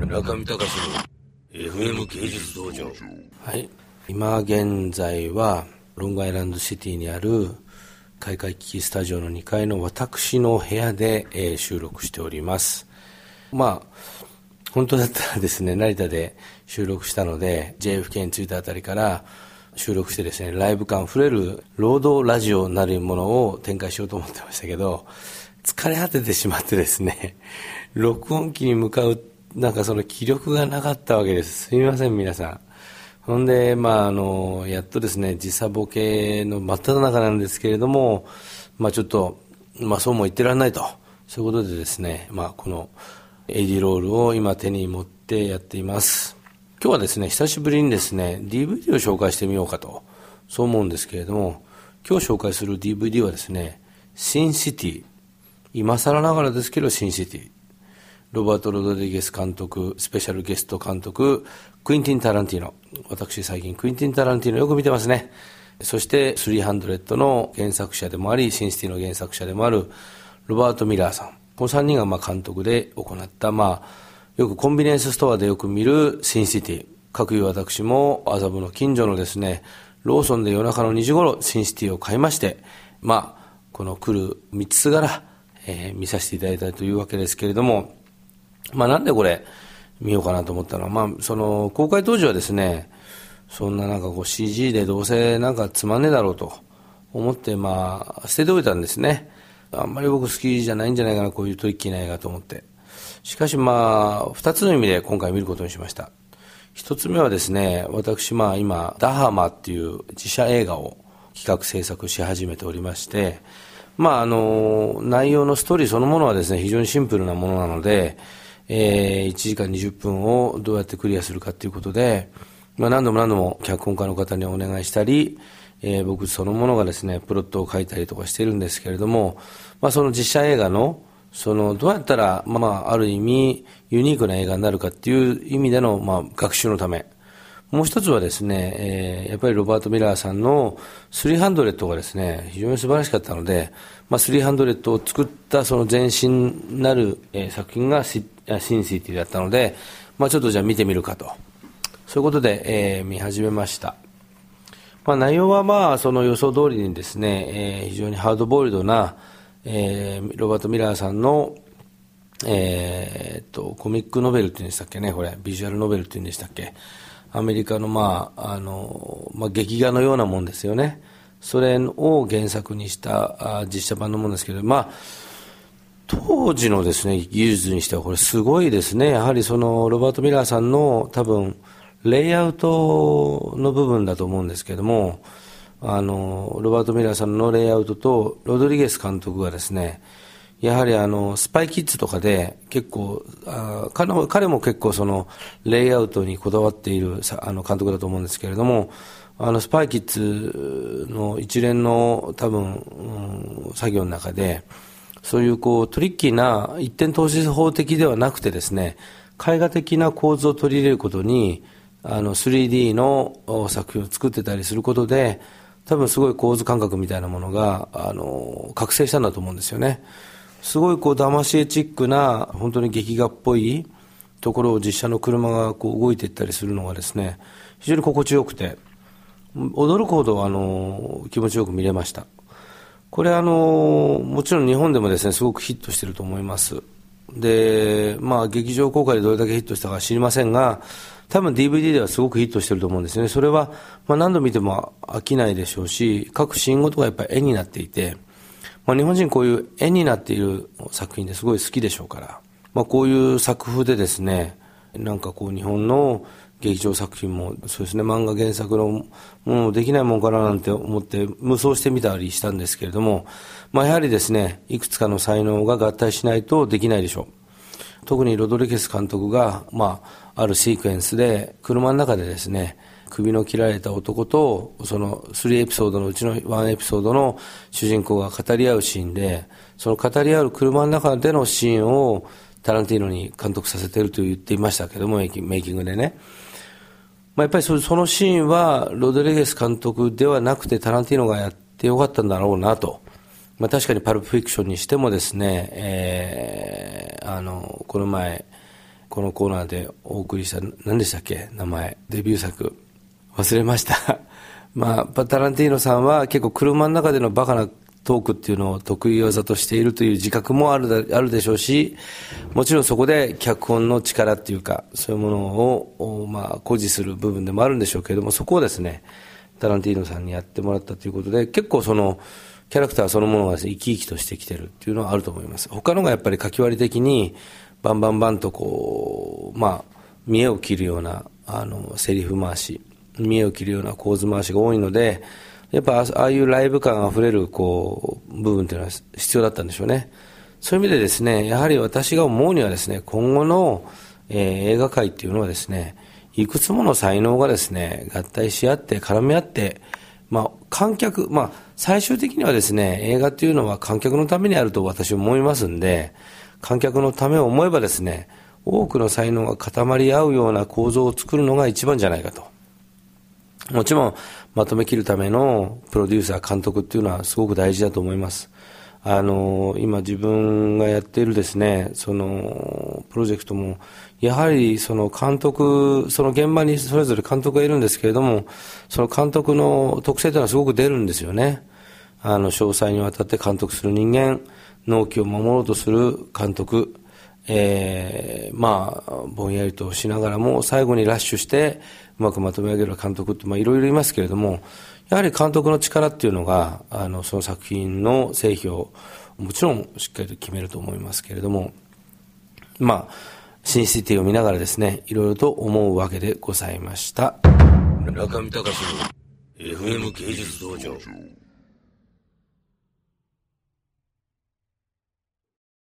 中見隆の FM 芸術道場。 はい、今現在はロングアイランドシティにある開会機器スタジオの2階の私の部屋で、収録しております。本当だったらですね、成田で収録したので JFK に着いたあたりから収録してですね、ライブ感あふれる労働ラジオなるものを展開しようと思ってましたけど、疲れ果ててしまってですね、録音機に向かうその気力がなかったわけです。すみません皆さん。ほんでやっとですね、時差ボケの真っ只中なんですけれども、ちょっとそうも言ってらんないと、そういうことでですね、この AD ロールを今手に持ってやっています。今日はですね、久しぶりにですね DVD を紹介してみようかと、そう思うんですけれども、今日紹介する DVD はですね、シンシティ、今更ながらですけどシンシティ、ロバート・ロドリゲス監督、スペシャルゲスト監督、クインティン・タランティーノ。私最近クインティン・タランティーノよく見てますね。そして300の原作者でもあり、シンシティの原作者でもあるロバート・ミラーさん。この3人が監督で行った、よくコンビニエンスストアでよく見るシンシティ。各いう私も麻布の近所のですね、ローソンで夜中の2時頃シンシティを買いまして、この来る道すがら、見させていただいたというわけですけれども、なんでこれ見ようかなと思ったのは、その公開当時はですね、そんなCG でどうせつまんねえだろうと思って捨てておいたんですね。あんまり僕好きじゃないんじゃないかな、こういうトリッキーな映画と思って。しかし2つの意味で今回見ることにしました。一つ目はですね、私今ダハマっていう自社映画を企画制作し始めておりまして、内容のストーリーそのものはですね、非常にシンプルなものなので、1時間20分をどうやってクリアするかということで、何度も脚本家の方にお願いしたり、僕そのものがですねプロットを書いたりとかしているんですけれども、その実写映画のどうやったらある意味ユニークな映画になるかっていう意味での学習のため、もう一つはですね、やっぱりロバート・ミラーさんの300がですね、非常に素晴らしかったので、300を作ったその前身なる、作品がシンシティだったので、ちょっとじゃあ見てみるかと、そういうことで、見始めました。内容はその予想通りにですね、非常にハードボイルドな、ロバート・ミラーさんのコミックノベルっていうんでしたっけね、これビジュアルノベルっていうんでしたっけ、アメリカの劇画のようなもんですよね。それを原作にした実写版のものですけど、当時のですね技術にしてはこれすごいですね。やはりそのロバート・ミラーさんの多分レイアウトの部分だと思うんですけども、ロバート・ミラーさんのレイアウトとロドリゲス監督がですね、やはりスパイキッズとかで結構彼も結構そのレイアウトにこだわっている監督だと思うんですけれども、スパイキッズの一連の多分、作業の中でそういうトリッキーな一点投資法的ではなくてですね、絵画的な構図を取り入れることに3D の作品を作ってたりすることで、多分すごい構図感覚みたいなものが覚醒したんだと思うんですよね。すごい騙し絵チックな本当に劇画っぽいところを実写の車が動いていったりするのがですね、非常に心地よくて驚くほど気持ちよく見れました。これもちろん日本でもですねすごくヒットしていると思います。で劇場公開でどれだけヒットしたか知りませんが、多分 DVD ではすごくヒットしていると思うんですね。それは何度見ても飽きないでしょうし、各シーンごとがやっぱり絵になっていて、日本人こういう絵になっている作品ですごい好きでしょうから、こういう作風でですね、日本の劇場作品もそうですね、漫画原作のものできないもんかななんて思って無双してみたりしたんですけれども、やはりですね、いくつかの才能が合体しないとできないでしょう。特にロドリゲス監督が、あるシークエンスで車の中でですね、首の切られた男とその3エピソードのうちの1エピソードの主人公が語り合うシーンで、その語り合う車の中でのシーンをタランティーノに監督させていると言っていましたけども、メイキングでね、やっぱりそのシーンはロドリゲス監督ではなくてタランティーノがやってよかったんだろうなと。確かにパルプフィクションにしてもですね、この前このコーナーでお送りした、何でしたっけ、名前、デビュー作。忘れました。タランティーノさんは結構車の中でのバカなトークっていうのを得意技としているという自覚もあるでしょうし、もちろんそこで脚本の力っていうか、そういうものを、誇示する部分でもあるんでしょうけれども、そこをですね、タランティーノさんにやってもらったということで、結構その、キャラクターそのものが生き生きとしてきてるっていうのはあると思います。他のがやっぱり書き割り的に、バンバンバンとこう、見栄を切るような、セリフ回し、見栄を切るような構図回しが多いので、やっぱああいうライブ感あふれるこう部分というのは必要だったんでしょうね。そういう意味でですね、やはり私が思うにはですね、今後の、映画界っていうのはですね、いくつもの才能がですね、合体し合って絡み合って、観客、最終的にはですね、映画っていうのは観客のためにあると私は思いますんで、観客のためを思えばですね、多くの才能が固まり合うような構造を作るのが一番じゃないかと。もちろんまとめきるためのプロデューサー監督っていうのはすごく大事だと思います。今自分がやっているですね、そのプロジェクトもやはりその監督、その現場にそれぞれ監督がいるんですけれども、その監督の特性というのはすごく出るんですよね。詳細にわたって監督する人間、納期を守ろうとする監督、ぼんやりとしながらも最後にラッシュしてうまくまとめ上げる監督っていろいろいますけれども、やはり監督の力っていうのがその作品の成否をもちろんしっかりと決めると思いますけれども、シンシティを見ながらですね、いろいろと思うわけでございました。 中見隆の FM 芸術道場。